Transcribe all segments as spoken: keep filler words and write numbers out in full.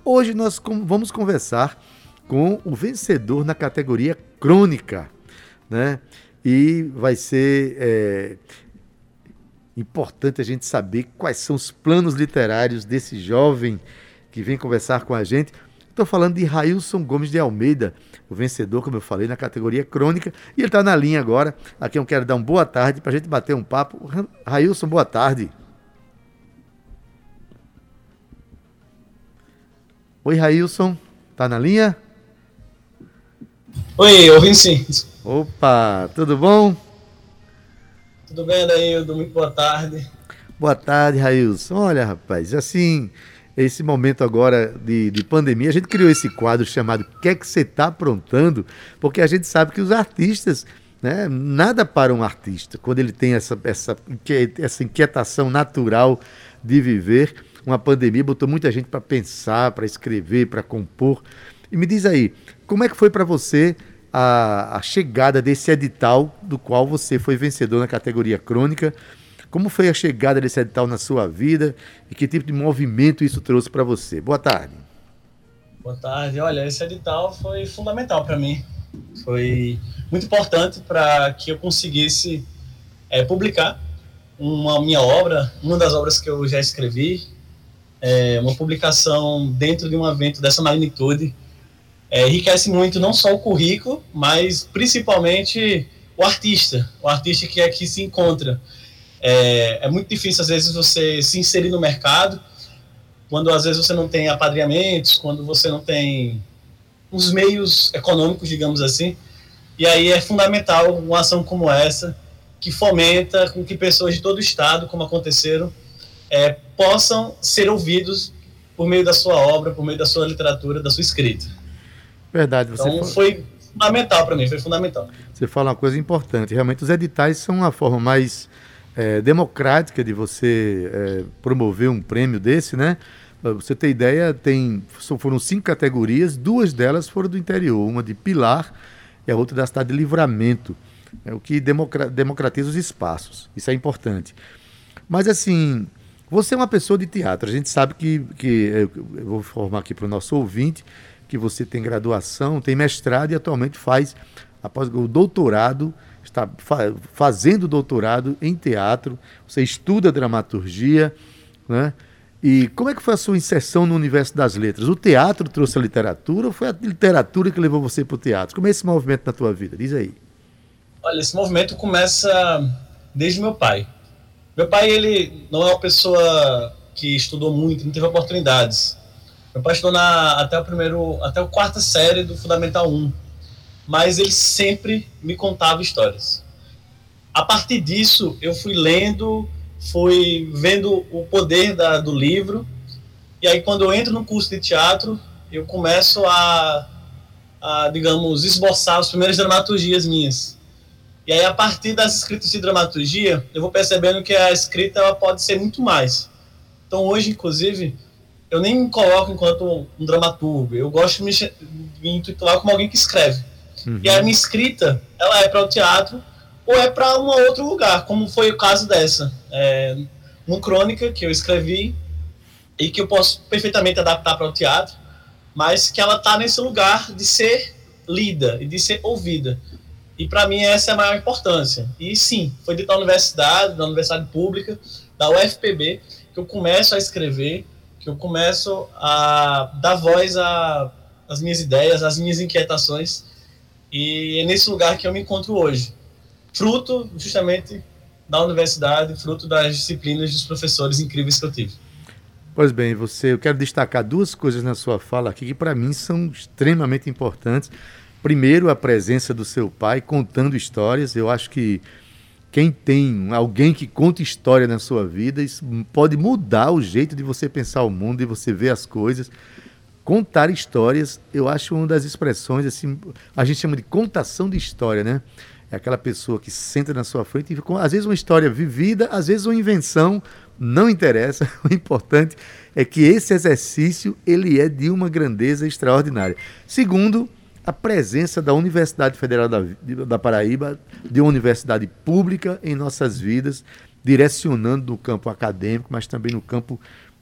Hoje nós com, vamos conversar com o vencedor na categoria crônica, né? E vai ser é, importante a gente saber quais são os planos literários desse jovem que vem conversar com a gente. Estou falando de Railson Gomes de Almeida, o vencedor, como eu falei, na categoria crônica, e ele está na linha agora, a quem eu quero dar uma boa tarde, para a gente bater um papo. Railson, boa tarde. Oi, Railson, tá na linha? Oi, ouvindo sim. Opa, tudo bom? Tudo bem, Adaildo? Muito boa tarde. Boa tarde, Railson. Olha, rapaz, assim... esse momento agora de, de pandemia, a gente criou esse quadro chamado O que é que você está aprontando? Porque a gente sabe que os artistas, né, nada para um artista, quando ele tem essa, essa, essa inquietação natural de viver, uma pandemia botou muita gente para pensar, para escrever, para compor. E me diz aí, como é que foi para você a, a chegada desse edital do qual você foi vencedor na categoria crônica? Como foi a chegada desse edital na sua vida e que tipo de movimento isso trouxe para você? Boa tarde. Boa tarde. Olha, esse edital foi fundamental para mim. Foi muito importante para que eu conseguisse é, publicar uma minha obra, uma das obras que eu já escrevi, é, uma publicação dentro de um evento dessa magnitude. É, enriquece muito não só o currículo, mas principalmente o artista, o artista que aqui se encontra. É, é muito difícil, às vezes, você se inserir no mercado, quando, às vezes, você não tem apadrinhamentos, quando você não tem os meios econômicos, digamos assim. E aí é fundamental uma ação como essa, que fomenta com que pessoas de todo o estado, como aconteceram, é, possam ser ouvidos por meio da sua obra, por meio da sua literatura, da sua escrita. Verdade. Você então, fala... foi fundamental para mim, foi fundamental. Você fala uma coisa importante. Realmente, os editais são uma forma mais... É, democrática de você é, promover um prêmio desse, né? Pra você ter ideia, tem, foram cinco categorias, duas delas foram do interior, uma de Pilar e a outra da cidade de Livramento, é, o que democra- democratiza os espaços, isso é importante. Mas assim, você é uma pessoa de teatro, a gente sabe que, que eu vou informar aqui para o nosso ouvinte, que você tem graduação, tem mestrado e atualmente faz após o doutorado, está fa- fazendo doutorado em teatro, você estuda dramaturgia, né? E como é que foi a sua inserção no universo das letras? O teatro trouxe a literatura ou foi a literatura que levou você para o teatro? Como é esse movimento na tua vida? Diz aí. Olha, esse movimento começa desde meu pai. Meu pai, ele não é uma pessoa que estudou muito, não teve oportunidades. Meu pai estudou na, até o primeiro, até a quarta série do Fundamental um. Mas ele sempre me contava histórias. A partir disso, eu fui lendo, fui vendo o poder da, do livro, e aí quando eu entro no curso de teatro, eu começo a, a, digamos, esboçar as primeiras dramaturgias minhas. E aí, a partir das escritas de dramaturgia, eu vou percebendo que a escrita ela pode ser muito mais. Então, hoje, inclusive, eu nem me coloco enquanto um dramaturgo, eu gosto de me, de me intitular como alguém que escreve. Uhum. E a minha escrita, ela é para o teatro ou é para um outro lugar, como foi o caso dessa. É uma crônica que eu escrevi e que eu posso perfeitamente adaptar para o teatro, mas que ela está nesse lugar de ser lida e de ser ouvida. E para mim essa é a maior importância. E sim, foi dentro da universidade, da universidade pública, da U F P B, que eu começo a escrever, que eu começo a dar voz às minhas ideias, às minhas inquietações. E é nesse lugar que eu me encontro hoje. Fruto, justamente, da universidade, fruto das disciplinas dos professores incríveis que eu tive. Pois bem, você, eu quero destacar duas coisas na sua fala aqui que para mim são extremamente importantes. Primeiro, a presença do seu pai contando histórias. Eu acho que quem tem alguém que conta história na sua vida, isso pode mudar o jeito de você pensar o mundo, de você ver as coisas. Contar histórias, eu acho uma das expressões, assim, a gente chama de contação de história, né? É aquela pessoa que senta na sua frente e, às vezes, uma história vivida, às vezes uma invenção, não interessa. O importante é que esse exercício, ele é de uma grandeza extraordinária. Segundo, a presença da Universidade Federal da, da Paraíba, de uma universidade pública em nossas vidas, direcionando no campo acadêmico, mas também no campo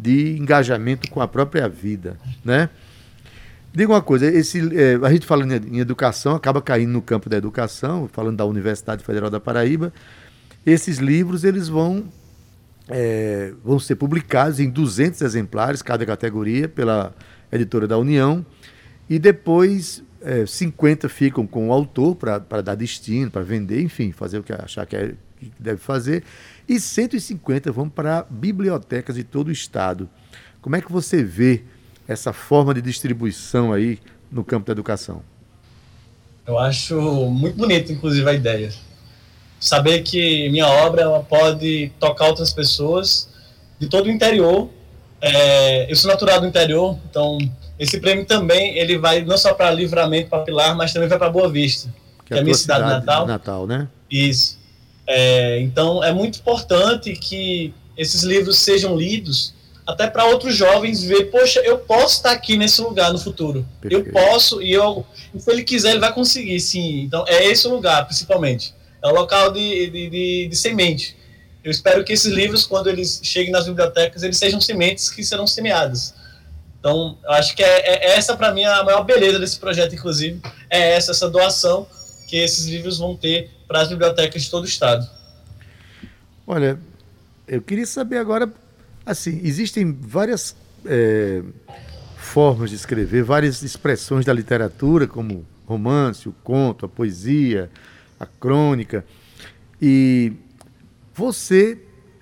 de engajamento com a própria vida, né? Diga uma coisa, esse, é, a gente falando em educação, acaba caindo no campo da educação, falando da Universidade Federal da Paraíba. Esses livros eles vão, é, vão ser publicados em duzentos exemplares, cada categoria, pela editora da União, e depois é, cinquenta ficam com o autor para dar destino, para vender, enfim, fazer o que achar que, é, que deve fazer, e cento e cinquenta vão para bibliotecas de todo o estado. Como é que você vê essa forma de distribuição aí no campo da educação? Eu acho muito bonito, inclusive, a ideia. Saber que minha obra ela pode tocar outras pessoas de todo o interior. É, eu sou natural do interior, então esse prêmio também ele vai não só para Livramento, para Pilar, mas também vai para Boa Vista, que, que é a minha cidade, cidade natal. Natal, né? Isso. É, então é muito importante que esses livros sejam lidos até para outros jovens ver, poxa, eu posso estar aqui nesse lugar no futuro. Perfeito. Eu posso, e eu, se ele quiser, ele vai conseguir, sim. Então, é esse o lugar, principalmente. É o local de, de, de, de semente. Eu espero que esses livros, quando eles cheguem nas bibliotecas, eles sejam sementes que serão semeadas. Então, eu acho que é, é essa, para mim, a maior beleza desse projeto, inclusive, é essa, essa doação que esses livros vão ter para as bibliotecas de todo o estado. Olha, eu queria saber agora... Assim, existem várias é, formas de escrever, várias expressões da literatura, como romance, o conto, a poesia, a crônica. E você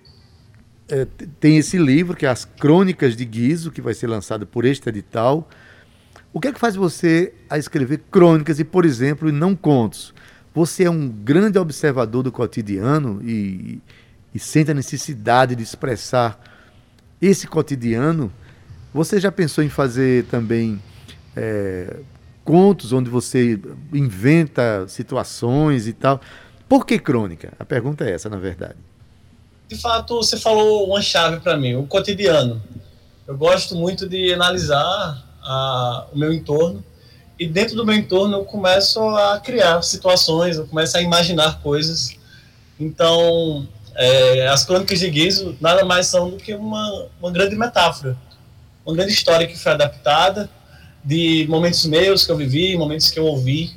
é, tem esse livro, que é As Crônicas de Guizo, que vai ser lançado por este edital. O que é que faz você a escrever crônicas e, por exemplo, e não contos? Você é um grande observador do cotidiano e, e sente a necessidade de expressar esse cotidiano. Você já pensou em fazer também é, contos onde você inventa situações e tal? Por que crônica? A pergunta é essa, na verdade. De fato, você falou uma chave para mim, o cotidiano. Eu gosto muito de analisar a, o meu entorno, e dentro do meu entorno eu começo a criar situações, eu começo a imaginar coisas. Então... É, as Crônicas de Guizo nada mais são do que uma, uma grande metáfora, uma grande história que foi adaptada de momentos meus que eu vivi, momentos que eu ouvi.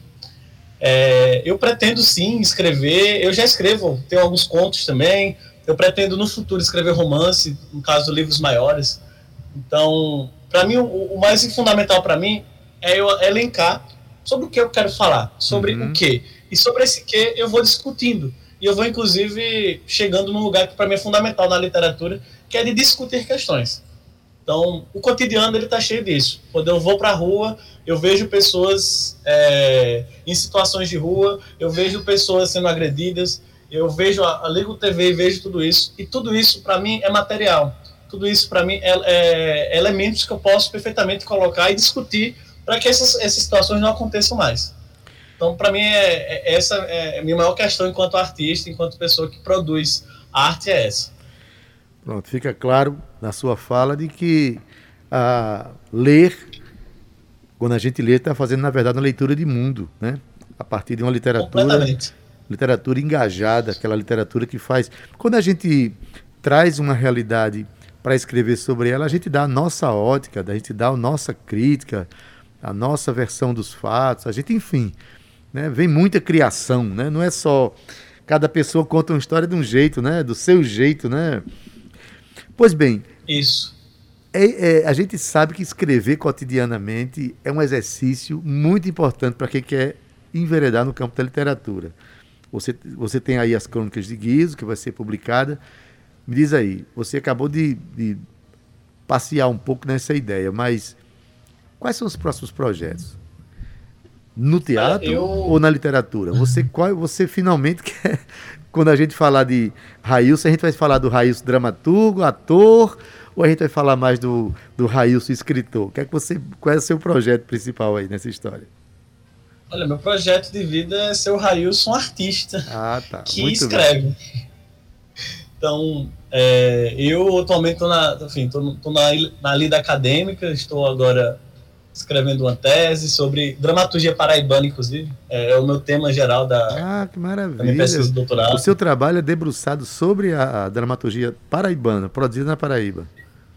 É, eu pretendo sim escrever, eu já escrevo, tenho alguns contos também, eu pretendo no futuro escrever romance, no caso livros maiores. Então, para mim, o, o mais fundamental para mim é eu elencar sobre o que eu quero falar, sobre uhum. o que, e sobre esse que eu vou discutindo. E eu vou, inclusive, chegando num lugar que para mim é fundamental na literatura, que é de discutir questões. Então, o cotidiano ele está cheio disso. Quando eu vou para a rua, eu vejo pessoas é, em situações de rua, eu vejo pessoas sendo agredidas, eu vejo, a, ligo T V e vejo tudo isso. E tudo isso, para mim, é material. Tudo isso, para mim, é, é elementos que eu posso perfeitamente colocar e discutir para que essas, essas situações não aconteçam mais. Então, para mim, é, é, essa é a minha maior questão enquanto artista, enquanto pessoa que produz arte, é essa. Pronto, fica claro na sua fala de que a ler, quando a gente lê, está fazendo, na verdade, uma leitura de mundo, né? A partir de uma literatura, literatura engajada, aquela literatura que faz... Quando a gente traz uma realidade para escrever sobre ela, a gente dá a nossa ótica, a gente dá a nossa crítica, a nossa versão dos fatos, a gente, enfim... Né? Vem muita criação, né? Não é só cada pessoa conta uma história de um jeito, né? Do seu jeito, né? Pois bem, isso. É, é, a gente sabe que escrever cotidianamente é um exercício muito importante para quem quer enveredar no campo da literatura. Você, você tem aí as Crônicas de Guizo, que vai ser publicada. Me diz aí, você acabou de, de passear um pouco nessa ideia, mas quais são os próximos projetos? No teatro eu... ou na literatura? Você, qual, você finalmente quer... Quando a gente falar de Railson, a gente vai falar do Railson dramaturgo, ator, ou a gente vai falar mais do, do Railson escritor? Que é que você, qual é o seu projeto principal aí nessa história? Olha, meu projeto de vida é ser o Railson artista ah, tá. que Muito escreve. Bem. Então, é, eu atualmente estou na, enfim, tô, tô na, na lida acadêmica, estou agora... escrevendo uma tese sobre dramaturgia paraibana, inclusive. É, é o meu tema geral da, ah, que maravilha. da minha pesquisa de doutorado. O seu trabalho é debruçado sobre a, a dramaturgia paraibana, produzida na Paraíba.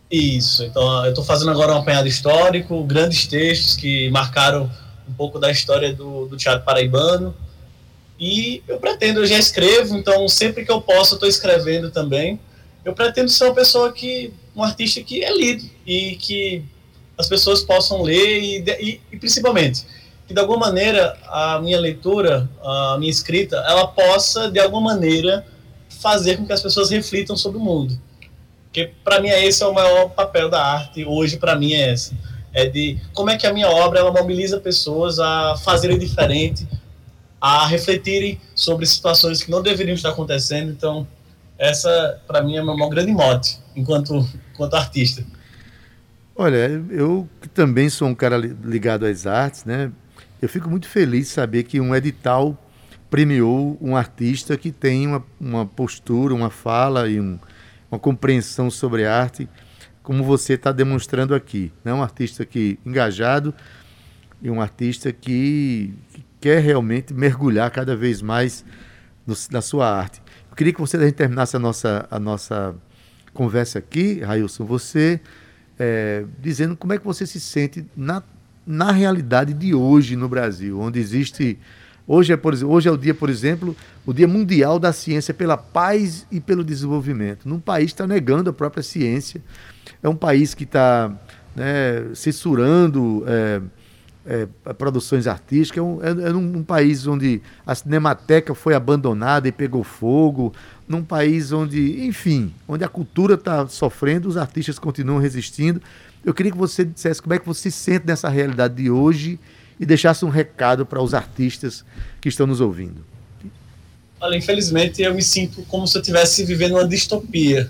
Isso, então eu estou fazendo agora um apanhado histórico, grandes textos que marcaram um pouco da história do, do teatro paraibano, e eu pretendo, eu já escrevo, então sempre que eu posso eu estou escrevendo também. Eu pretendo ser uma pessoa que, um artista que é lido, e que as pessoas possam ler, e, e, e principalmente, que de alguma maneira a minha leitura, a minha escrita, ela possa de alguma maneira fazer com que as pessoas reflitam sobre o mundo. Porque para mim esse é o maior papel da arte hoje, para mim é esse, é de como é que a minha obra ela mobiliza pessoas a fazerem diferente, a refletirem sobre situações que não deveriam estar acontecendo. Então essa para mim é o meu grande mote enquanto, enquanto artista. Olha, eu que também sou um cara ligado às artes, né? Eu fico muito feliz de saber que um edital premiou um artista que tem uma, uma postura, uma fala e um, uma compreensão sobre arte, como você está demonstrando aqui, né? Um artista que engajado e um artista que, que quer realmente mergulhar cada vez mais no, na sua arte. Eu queria que você terminasse a nossa, a nossa conversa aqui, Railson, você é, dizendo como é que você se sente na, na realidade de hoje no Brasil, onde existe... Hoje é, por, hoje é o dia, por exemplo, o Dia Mundial da Ciência pela Paz e pelo Desenvolvimento. Num país que está negando a própria ciência, é um país que está, né, censurando é, é, produções artísticas, é, um, é, é um país onde a Cinemateca foi abandonada e pegou fogo, num país onde, enfim, onde a cultura está sofrendo, os artistas continuam resistindo. Eu queria que você dissesse como é que você se sente nessa realidade de hoje e deixasse um recado para os artistas que estão nos ouvindo. Olha, infelizmente eu me sinto como se eu estivesse vivendo uma distopia.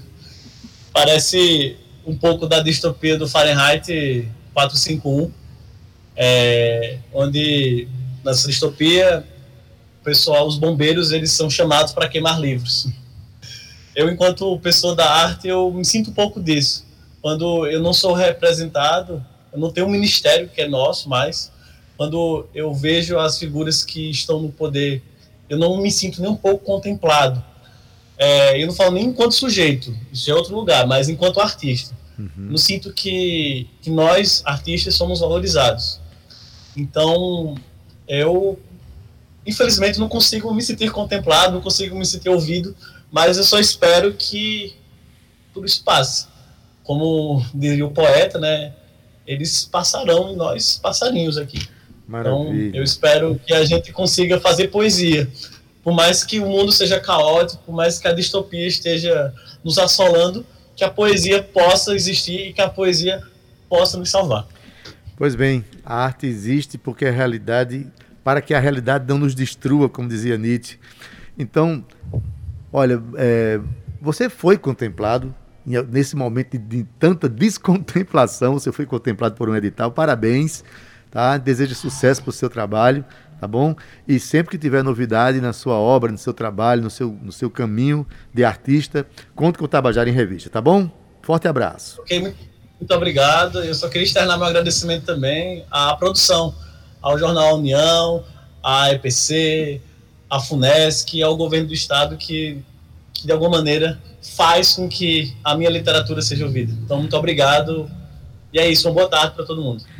Parece um pouco da distopia do Fahrenheit quatrocentos e cinquenta e um, é, onde nessa distopia o pessoal, os bombeiros, eles são chamados para queimar livros. Eu, enquanto pessoa da arte, eu me sinto um pouco disso. Quando eu não sou representado, eu não tenho um ministério que é nosso mais. Quando eu vejo as figuras que estão no poder, eu não me sinto nem um pouco contemplado. É, eu não falo nem enquanto sujeito, isso é outro lugar, mas enquanto artista. Uhum. Eu sinto que, que nós, artistas, somos valorizados. Então, eu, infelizmente, não consigo me sentir contemplado, não consigo me sentir ouvido, mas eu só espero que tudo isso passe. Como diria o poeta, né? Eles passarão e nós passarinhos aqui. Maravilha. Então, eu espero que a gente consiga fazer poesia. Por mais que o mundo seja caótico, por mais que a distopia esteja nos assolando, que a poesia possa existir e que a poesia possa nos salvar. Pois bem, a arte existe porque a realidade, para que a realidade não nos destrua, como dizia Nietzsche. Então, olha, é, você foi contemplado, nesse momento de, de tanta descontemplação, você foi contemplado por um edital, parabéns. Tá? Desejo sucesso para o seu trabalho, tá bom? E sempre que tiver novidade na sua obra, no seu trabalho, no seu, no seu caminho de artista, conte com o Tabajara em Revista, tá bom? Forte abraço. Ok, muito obrigado. Eu só queria externar meu agradecimento também à produção, ao Jornal União, à E P C, à FUNESC, ao governo do estado que, que de alguma maneira faz com que a minha literatura seja ouvida. Então, muito obrigado. E é isso, uma boa tarde para todo mundo.